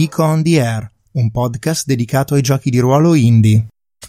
Nico on the Air, un podcast dedicato ai giochi di ruolo indie.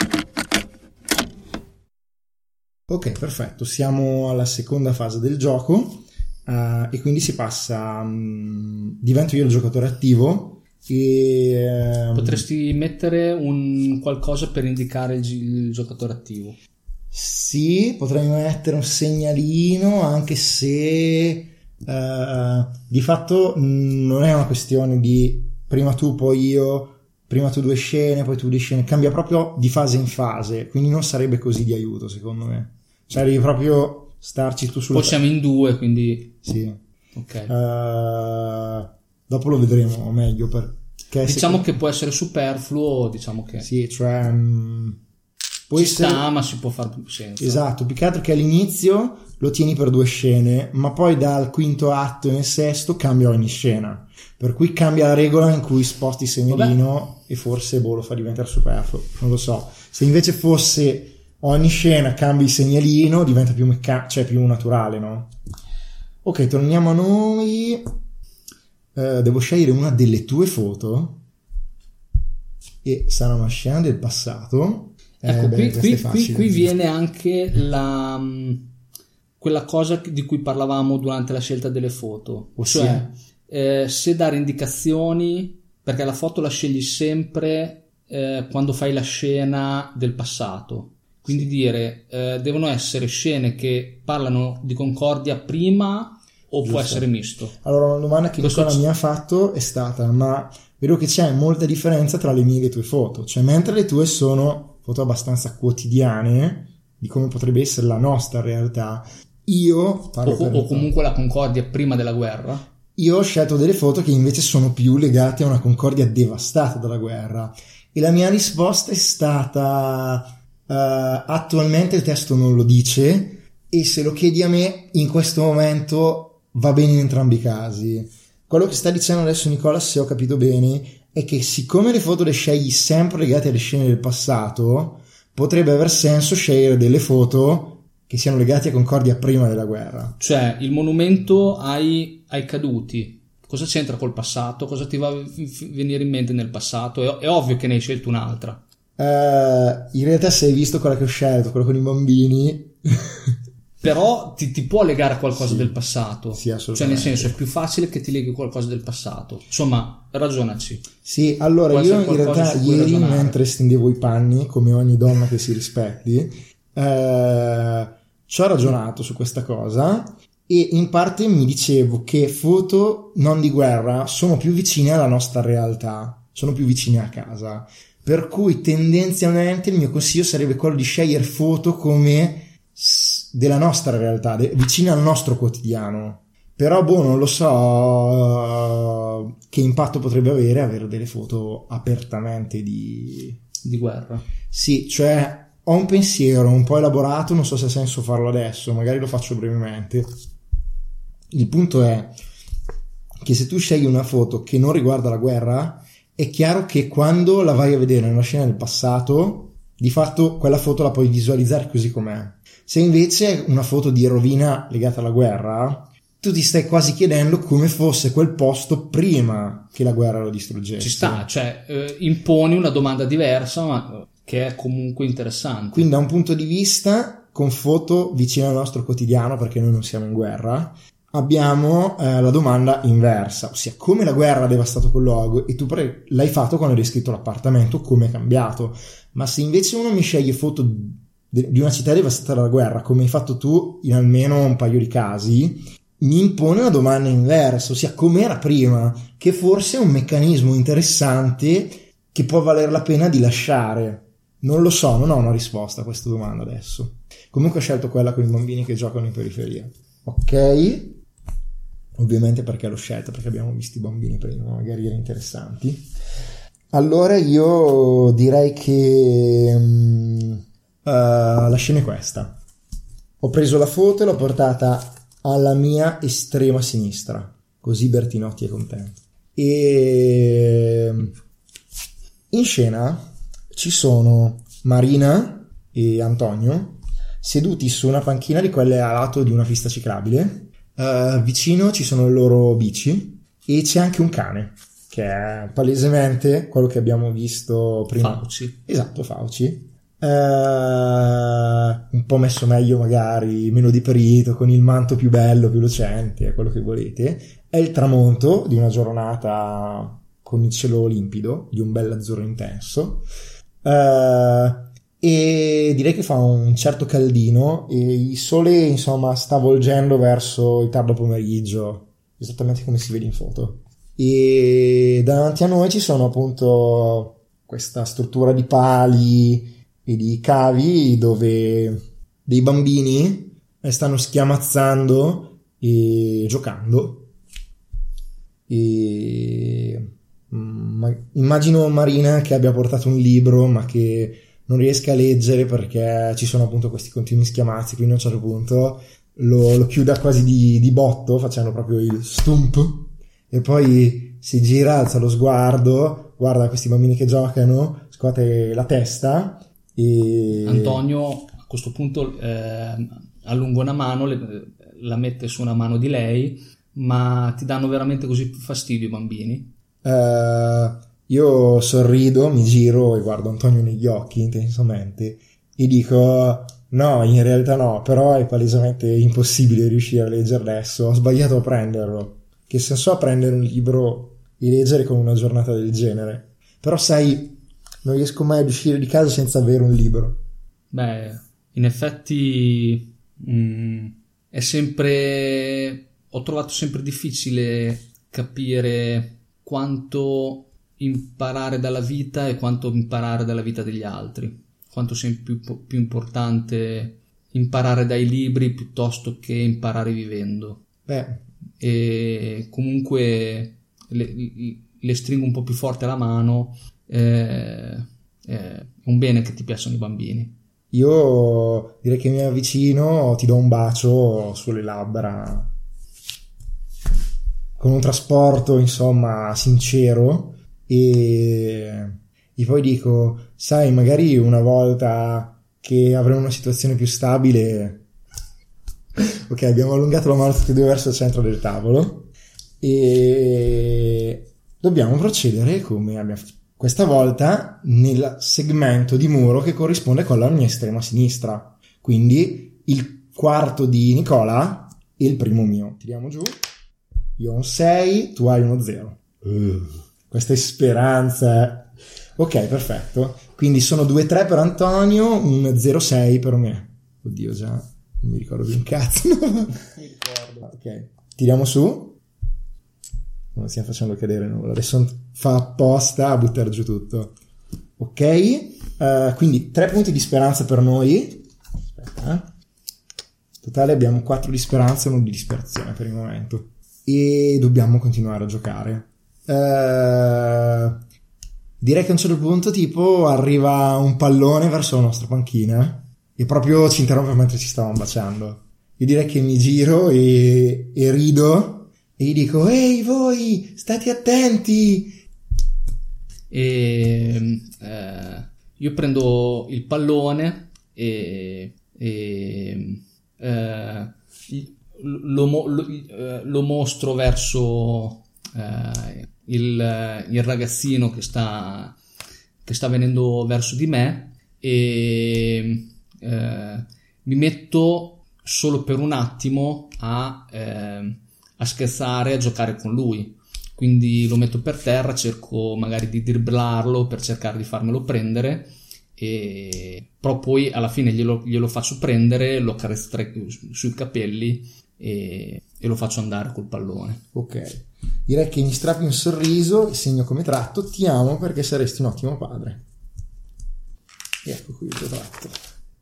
Ok, perfetto, siamo alla seconda fase del gioco e quindi si passa, divento io il giocatore attivo e... Potresti mettere un qualcosa per indicare il giocatore attivo? Sì, potrei mettere un segnalino, anche se di fatto non è una questione di prima tu poi io, prima tu 2 scene poi tu 2 scene, cambia proprio di fase in fase, quindi non sarebbe così di aiuto secondo me, cioè devi proprio starci tu sulla... Poi siamo in 2, quindi sì, ok. Dopo lo vedremo meglio, perché diciamo che può essere superfluo, diciamo che sì, cioè può ci essere... sta, ma si può fare senza. Esatto, più che altro che all'inizio lo tieni per 2 scene, ma poi dal quinto atto e nel sesto cambia ogni scena, per cui cambia la regola in cui sposti il segnalino. Vabbè. E forse lo fa diventare superfluo, non lo so. Se invece fosse ogni scena cambi il segnalino, diventa più cioè più naturale, no? Ok, torniamo a noi. Devo scegliere una delle tue foto e sarà una scena del passato. Ecco, qui viene anche quella cosa di cui parlavamo durante la scelta delle foto, ossia, cioè se dare indicazioni, perché la foto la scegli sempre quando fai la scena del passato, quindi dire devono essere scene che parlano di Concordia prima o giusto. Può essere misto? Allora, una domanda che Nicola mi ha fatto è stata: ma vedo che c'è molta differenza tra le mie e le tue foto, cioè mentre le tue sono foto abbastanza quotidiane di come potrebbe essere la nostra realtà, io o comunque la Concordia prima della guerra, io ho scelto delle foto che invece sono più legate a una Concordia devastata dalla guerra, e la mia risposta è stata attualmente il testo non lo dice, e se lo chiedi a me in questo momento va bene in entrambi i casi. Quello che sta dicendo adesso Nicola, se ho capito bene, è che siccome le foto le scegli sempre legate alle scene del passato, potrebbe aver senso scegliere delle foto che siano legate a Concordia prima della guerra. Cioè, il monumento ai caduti, cosa c'entra col passato? Cosa ti va a venire in mente nel passato? È ovvio che ne hai scelto un'altra. In realtà, se hai visto quella che ho scelto, quella con i bambini... Però ti può legare a qualcosa del passato. Sì, assolutamente. Cioè, nel senso, è più facile che ti leghi qualcosa del passato. Insomma, ragionaci. Sì, allora io in realtà ieri, mentre stendevo i panni, come ogni donna che si rispetti, ci ho ragionato su questa cosa e in parte mi dicevo che foto non di guerra sono più vicine alla nostra realtà, sono più vicine a casa, per cui tendenzialmente il mio consiglio sarebbe quello di scegliere foto come della nostra realtà, vicine al nostro quotidiano. Però non lo so che impatto potrebbe avere delle foto apertamente di guerra. Sì, cioè ho un pensiero un po' elaborato, non so se ha senso farlo adesso, magari lo faccio brevemente. Il punto è che se tu scegli una foto che non riguarda la guerra, è chiaro che quando la vai a vedere nella scena del passato, di fatto quella foto la puoi visualizzare così com'è. Se invece è una foto di rovina legata alla guerra, tu ti stai quasi chiedendo come fosse quel posto prima che la guerra lo distruggesse. Ci sta, cioè imponi una domanda diversa, ma che è comunque interessante. Quindi da un punto di vista, con foto vicine al nostro quotidiano, perché noi non siamo in guerra, abbiamo la domanda inversa, ossia come la guerra ha devastato quel luogo, e tu l'hai fatto quando hai descritto l'appartamento, come è cambiato. Ma se invece uno mi sceglie foto di una città devastata dalla guerra, come hai fatto tu in almeno un paio di casi, mi impone una domanda inversa, ossia com'era prima, che forse è un meccanismo interessante che può valere la pena di lasciare. Non lo so, non ho una risposta a questa domanda adesso. Comunque ho scelto quella con i bambini che giocano in periferia. Ok? Ovviamente perché l'ho scelta, perché abbiamo visto i bambini prima, magari erano interessanti. Allora io direi che la scena è questa. Ho preso la foto e l'ho portata alla mia estrema sinistra, così Bertinotti è contento. E in scena ci sono Marina e Antonio seduti su una panchina di quelle a lato di una pista ciclabile. Vicino ci sono le loro bici e c'è anche un cane che che è palesemente quello che abbiamo visto prima. Fauci. Esatto, Fauci. Un po' messo meglio magari, meno diperito, con il manto più bello, più lucente, quello che volete. È il tramonto di una giornata con il cielo limpido, di un bel azzurro intenso, e direi che fa un certo caldino e il sole insomma sta volgendo verso il tardo pomeriggio, esattamente come si vede in foto, e davanti a noi ci sono appunto questa struttura di pali e di cavi dove dei bambini stanno schiamazzando e giocando, e immagino Marina che abbia portato un libro ma che non riesca a leggere perché ci sono appunto questi continui schiamazzi, quindi a un certo punto lo chiuda quasi di botto facendo proprio il stump, e poi si gira, alza lo sguardo, guarda questi bambini che giocano, scuote la testa e... Antonio a questo punto allunga una mano, la mette su una mano di lei. Ma ti danno veramente così fastidio i bambini? Io sorrido, mi giro e guardo Antonio negli occhi intensamente e dico no, in realtà no, però è palesemente impossibile riuscire a leggere adesso, ho sbagliato a prenderlo. Che senso ha prendere un libro e leggere con una giornata del genere? Però sai, non riesco mai ad uscire di casa senza avere un libro. Beh, in effetti è sempre... Ho trovato sempre difficile capire quanto imparare dalla vita e quanto imparare dalla vita degli altri, quanto sia più importante imparare dai libri piuttosto che imparare vivendo. E comunque le stringo un po' più forte alla mano, è un bene che ti piacciono i bambini. Io direi che mi avvicino, ti do un bacio sulle labbra con un trasporto insomma sincero e poi dico, sai, magari una volta che avremo una situazione più stabile, ok, abbiamo allungato la mano tutti e due verso il centro del tavolo e dobbiamo procedere come abbiamo fatto questa volta nel segmento di muro che corrisponde con la mia estrema sinistra, quindi il quarto di Nicola e il primo mio. Tiriamo giù. Io ho un 6, tu hai uno 0. Questa è speranza. Ok, perfetto. Quindi sono 2-3 per Antonio, un 0-6 per me. Oddio, già non mi ricordo più un cazzo. Mi ricordo. Ok, tiriamo su. Non stiamo facendo cadere nulla. Adesso fa apposta a buttare giù tutto. Ok, quindi 3 punti di speranza per noi. Aspetta. Totale abbiamo 4 di speranza e 1 di disperazione per il momento. E dobbiamo continuare a giocare. Direi che a un certo punto tipo arriva un pallone verso la nostra panchina e proprio ci interrompe mentre ci stavamo baciando. Io direi che mi giro e rido e gli dico ehi voi, state attenti. E io prendo il pallone e lo mostro verso il ragazzino che sta venendo verso di me e mi metto solo per un attimo a scherzare, a giocare con lui. Quindi lo metto per terra, cerco magari di dribblarlo per cercare di farmelo prendere, però poi alla fine glielo faccio prendere, lo carezzo sui capelli e lo faccio andare col pallone. Ok, direi che mi strappi un sorriso e segno come tratto: ti amo perché saresti un ottimo padre. E ecco qui il tuo tratto.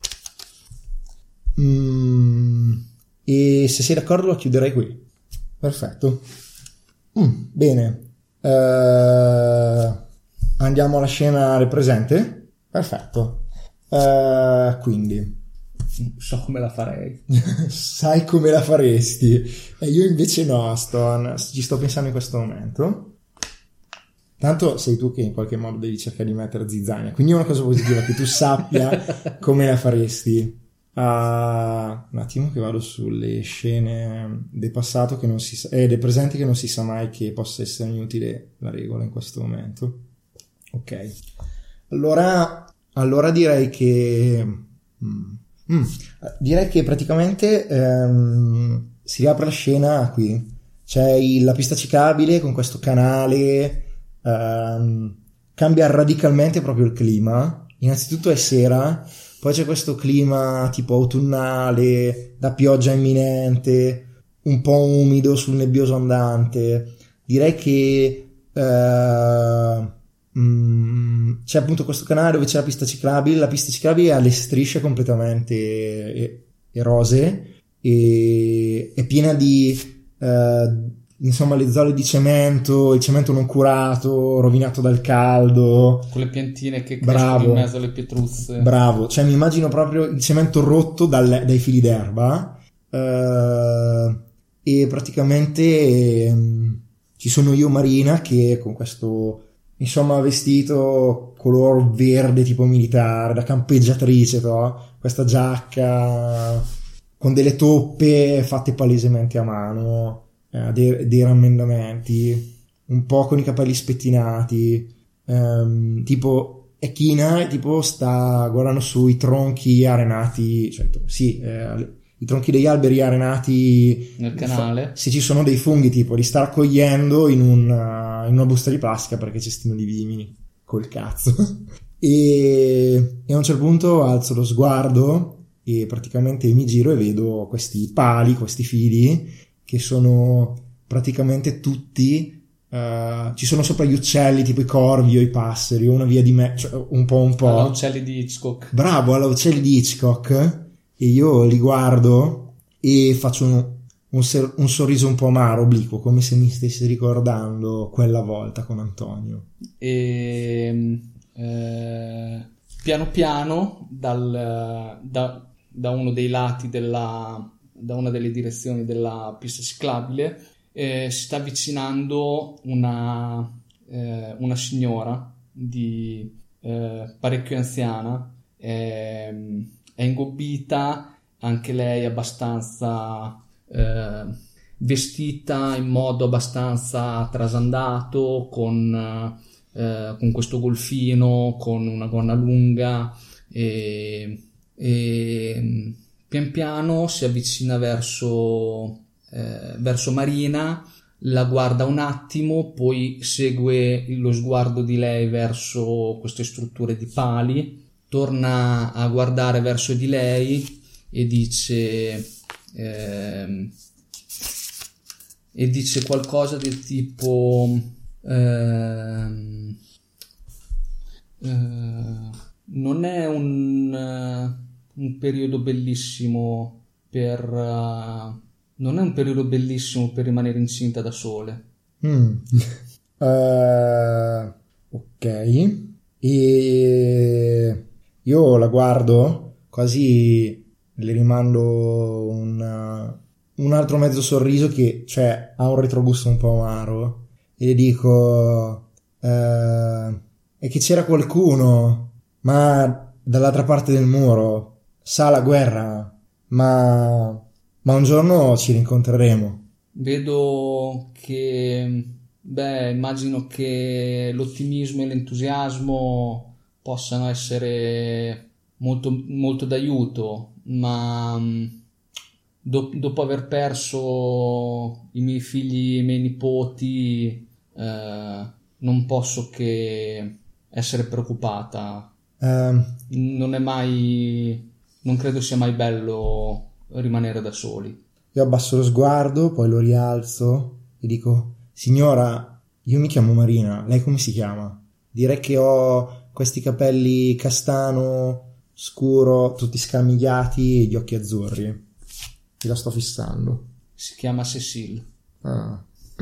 E se sei d'accordo lo chiuderei qui. Perfetto. Bene, andiamo alla scena del presente. Perfetto. Quindi so come la farei. Sai come la faresti? Io invece no, ci sto pensando in questo momento. Tanto sei tu che in qualche modo devi cercare di mettere zizzania, quindi è una cosa positiva che tu sappia come la faresti. un attimo che vado sulle scene del passato che non si sa, del presente che non si sa mai che possa essere inutile la regola in questo momento. Ok, allora direi che praticamente si riapre la scena qui. C'è la pista ciclabile con questo canale, cambia radicalmente proprio il clima. Innanzitutto è sera, poi c'è questo clima tipo autunnale, da pioggia imminente, un po' umido sul nebbioso andante. Direi che c'è appunto questo canale dove c'è la pista ciclabile ha le strisce completamente erose e è piena di insomma le zolle di cemento, il cemento non curato, rovinato dal caldo, con le piantine che crescono in mezzo alle pietruzze. Bravo, cioè mi immagino proprio il cemento rotto dai fili d'erba, e praticamente ci sono io Marina che con questo insomma vestito color verde tipo militare da campeggiatrice, questa giacca con delle toppe fatte palesemente a mano, dei rammendamenti, un po' con i capelli spettinati, tipo è china e tipo sta guardando sui tronchi arenati, cioè, sì, i tronchi degli alberi arenati nel canale. Se ci sono dei funghi, tipo li sta raccogliendo in una busta di plastica perché cestino di vimini col cazzo. E a un certo punto alzo lo sguardo e praticamente mi giro e vedo questi pali, questi fili che sono praticamente tutti, ci sono sopra gli uccelli tipo i corvi o i passeri o una via di mezzo, cioè un po'. Alla uccelli di Hitchcock. Bravo, alla uccelli di Hitchcock. E io li guardo e faccio un sorriso un po' amaro, obliquo, come se mi stessi ricordando quella volta con Antonio. E piano piano da uno dei lati da una delle direzioni della pista ciclabile si sta avvicinando una signora di parecchio anziana, è ingobbita anche lei, abbastanza vestita in modo abbastanza trasandato, con questo golfino, con una gonna lunga, e pian piano si avvicina verso Marina, la guarda un attimo, poi segue lo sguardo di lei verso queste strutture di pali, torna a guardare verso di lei e dice qualcosa del tipo non è un periodo bellissimo per rimanere incinta da sole. Ok, e io la guardo, quasi le rimando un altro mezzo sorriso che, cioè, ha un retrogusto un po' amaro, e le dico è che c'era qualcuno, ma dall'altra parte del muro, sa la guerra, ma un giorno ci rincontreremo. Vedo che, immagino che l'ottimismo e l'entusiasmo possano essere molto, molto d'aiuto, ma dopo aver perso i miei figli e i miei nipoti, non posso che essere preoccupata. Non credo sia mai bello rimanere da soli. Io abbasso lo sguardo, poi lo rialzo e dico: signora, io mi chiamo Marina, lei come si chiama? Direi che ho questi capelli castano scuro, tutti scamigliati e gli occhi azzurri. Ti la sto fissando. Si chiama Cecile. Ah.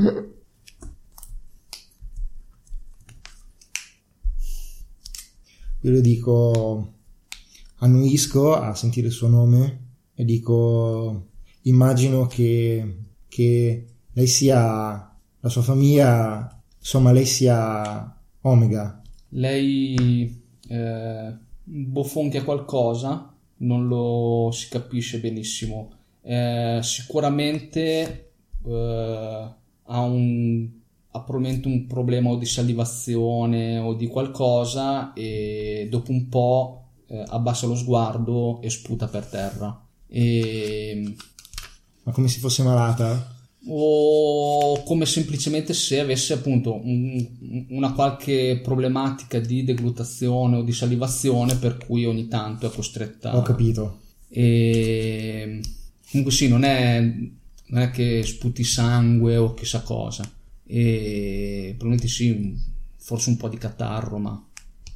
Io le dico, annuisco a sentire il suo nome e dico: immagino che lei sia la sua famiglia, insomma lei sia Omega. Lei bofonchia qualcosa non lo si capisce benissimo. Sicuramente ha probabilmente un problema o di salivazione o di qualcosa, e dopo un po' abbassa lo sguardo e sputa per terra. Ma come se fosse malata? O come semplicemente se avesse appunto una qualche problematica di deglutazione o di salivazione, per cui ogni tanto è costretta. Ho capito. E comunque sì, non è che sputi sangue o chissà cosa, e probabilmente sì, forse un po' di catarro, ma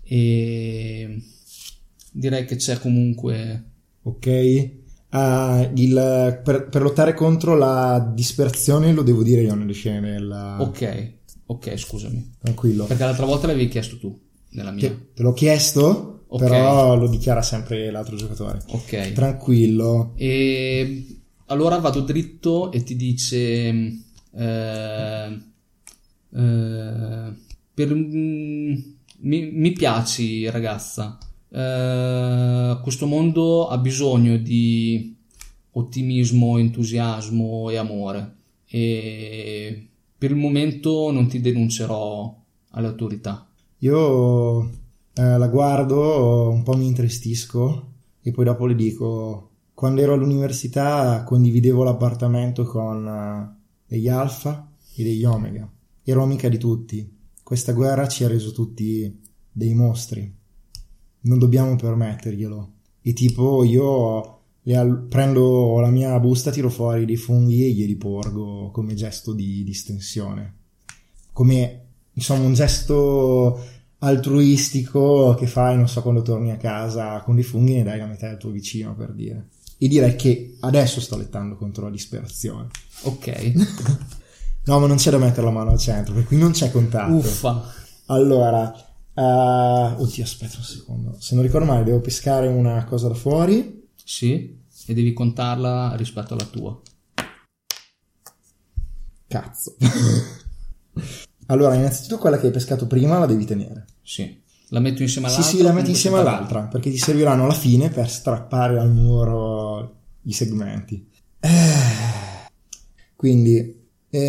direi che c'è comunque. Ok. Per lottare contro la dispersione lo devo dire io nelle scene. Ok, scusami. Tranquillo. Perché l'altra volta l'avevi chiesto tu, nella mia. Te l'ho chiesto, Okay. però lo dichiara sempre l'altro giocatore. Ok. Tranquillo. E allora vado dritto e ti dice mi piaci, ragazza. Questo mondo ha bisogno di ottimismo, entusiasmo e amore, e per il momento non ti denuncerò alle autorità. Io la guardo, un po' mi intristisco e poi dopo le dico: quando ero all'università condividevo l'appartamento con degli Alfa e degli Omega. Ero amica di tutti. Questa guerra ci ha reso tutti dei mostri. Non dobbiamo permetterglielo. E tipo io prendo la mia busta, tiro fuori dei funghi e glieli porgo come gesto di distensione, come insomma un gesto altruistico che fai, non so, quando torni a casa con dei funghi, ne dai la metà al tuo vicino, per dire. E direi che adesso sto lottando contro la disperazione. Ok. No, ma non c'è da mettere la mano al centro, per cui non c'è contatto. Uffa. Allora oddio, aspetta un secondo, se non ricordo male devo pescare una cosa da fuori. Sì, e devi contarla rispetto alla tua. Cazzo. Allora, innanzitutto quella che hai pescato prima la devi tenere. Sì, la metto insieme all'altra. Sì, la metti insieme all'altra, perché ti serviranno alla fine per strappare al muro i segmenti. Quindi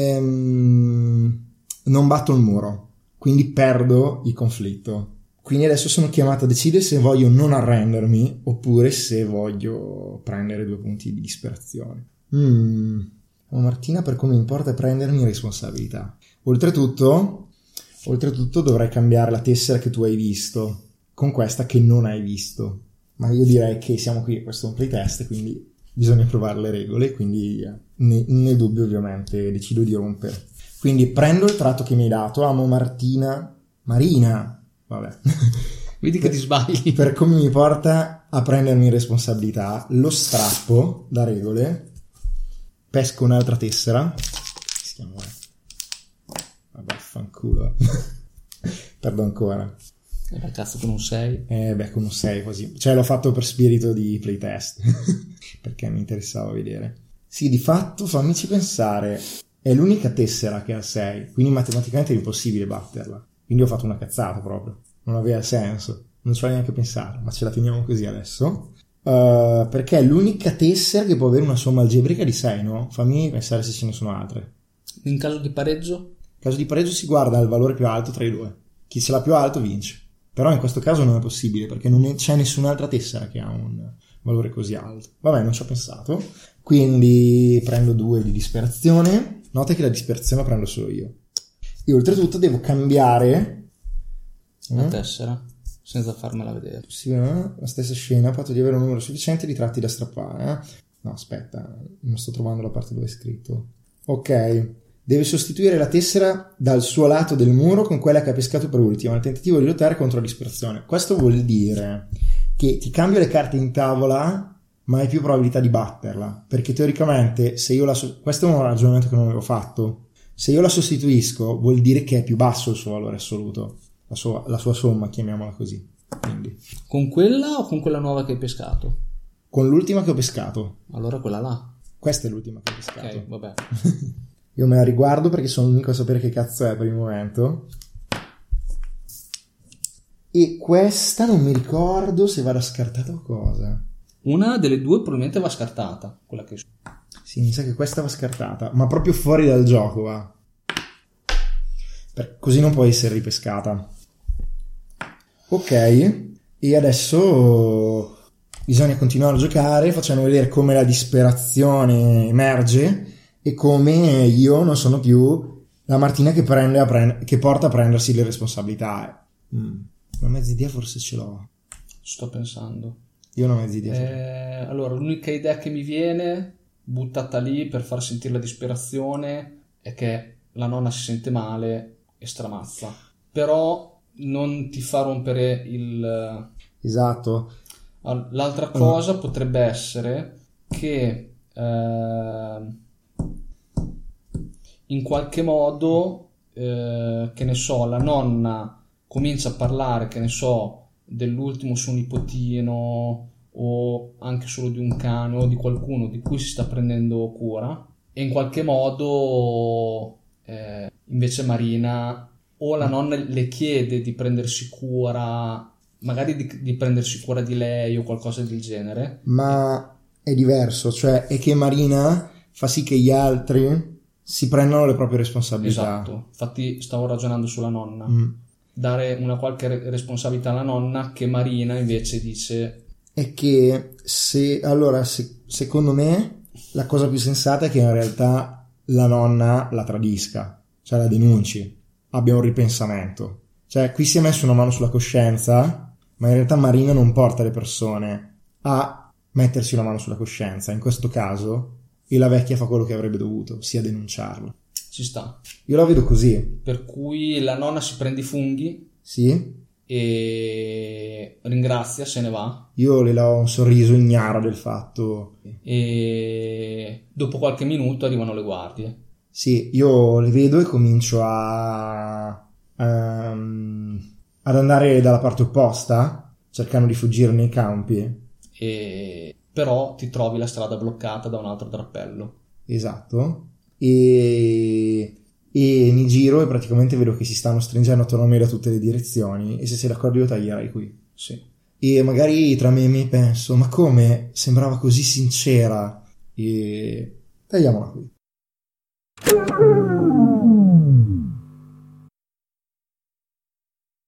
non batto il muro, quindi perdo il conflitto. Quindi adesso sono chiamato a decidere se voglio non arrendermi oppure se voglio prendere 2 punti di disperazione. Martina, per come importa prendermi responsabilità. Oltretutto dovrai cambiare la tessera che tu hai visto con questa che non hai visto. Ma io direi che siamo qui, questo è un playtest, quindi bisogna provare le regole, quindi nel dubbio ovviamente decido di rompere. Quindi prendo il tratto che mi hai dato, amo Marina, vabbè. Vedi che ti sbagli. Per come mi porta a prendermi responsabilità, lo strappo da regole, pesco un'altra tessera, vabbè, fanculo. Perdo ancora. Cazzo, con un 6. Con un 6 così. Cioè l'ho fatto per spirito di playtest, perché mi interessava vedere. Sì, di fatto, fammici pensare, è l'unica tessera che ha 6, quindi matematicamente è impossibile batterla. Quindi ho fatto una cazzata proprio. Non aveva senso. Non ci ho neanche pensato, ma ce la teniamo così adesso. Perché è l'unica tessera che può avere una somma algebrica di 6, no? Fammi pensare se ce ne sono altre. In caso di pareggio? In caso di pareggio si guarda il valore più alto tra i due. Chi ce l'ha più alto vince. Però in questo caso non è possibile, perché non c'è nessun'altra tessera che ha un valore così alto. Vabbè, non ci ho pensato. Quindi prendo 2 di disperazione. Nota che la disperazione la prendo solo io. E oltretutto devo cambiare la tessera senza farmela vedere. Sì, la stessa scena, patto di avere un numero sufficiente di tratti da strappare. No, aspetta, non sto trovando la parte dove è scritto. Ok, deve sostituire la tessera dal suo lato del muro con quella che ha pescato per ultima nel tentativo di lottare contro la disperazione. Questo vuol dire che ti cambio le carte in tavola, ma hai più probabilità di batterla, perché teoricamente se io questo è un ragionamento che non avevo fatto. Se io la sostituisco vuol dire che è più basso il suo valore assoluto, la sua somma, chiamiamola così. Quindi con quella o con quella nuova che hai pescato? Con l'ultima che ho pescato. Allora quella là. Questa è l'ultima che ho pescato. Ok, vabbè. Io me la riguardo perché sono l'unico a sapere che cazzo è per il momento. E questa non mi ricordo se vada scartata o cosa. Una delle due probabilmente va scartata, quella che... Sì, mi sa che questa va scartata, ma proprio fuori dal gioco va. Così non può essere ripescata. Ok, e adesso bisogna continuare a giocare, facciamo vedere come la disperazione emerge e come io non sono più la Martina che che porta a prendersi le responsabilità. Una mezza idea forse ce l'ho. Sto pensando. Io una mezza idea. Allora, l'unica idea che mi viene, buttata lì per far sentire la disperazione, è che la nonna si sente male e stramazza. Però non ti fa rompere il... Esatto. L'altra cosa potrebbe essere che in qualche modo, che ne so, la nonna comincia a parlare, che ne so, dell'ultimo suo nipotino o anche solo di un cane o di qualcuno di cui si sta prendendo cura, e in qualche modo invece Marina o la nonna le chiede di prendersi cura, magari di prendersi cura di lei o qualcosa del genere. Ma è diverso, cioè è che Marina fa sì che gli altri si prendano le proprie responsabilità. Esatto, infatti stavo ragionando sulla nonna. Dare una qualche responsabilità alla nonna, che Marina invece dice... È che secondo me la cosa più sensata è che in realtà la nonna la tradisca, cioè la denunci, abbia un ripensamento. Cioè qui si è messo una mano sulla coscienza, ma in realtà Marina non porta le persone a mettersi una mano sulla coscienza, in questo caso, e la vecchia fa quello che avrebbe dovuto, sia denunciarlo. Ci sta. Io la vedo così. Per cui la nonna si prende i funghi. Sì. E ringrazia, se ne va. Io le do un sorriso ignaro del fatto. E dopo qualche minuto arrivano le guardie. Sì, io le vedo e comincio ad andare dalla parte opposta, cercando di fuggire nei campi. Però ti trovi la strada bloccata da un altro drappello. Esatto. E mi giro e praticamente vedo che si stanno stringendo attorno a me da tutte le direzioni, e se sei d'accordo io taglierei qui. Sì. E magari tra me e me penso, ma come sembrava così sincera, e tagliamola qui.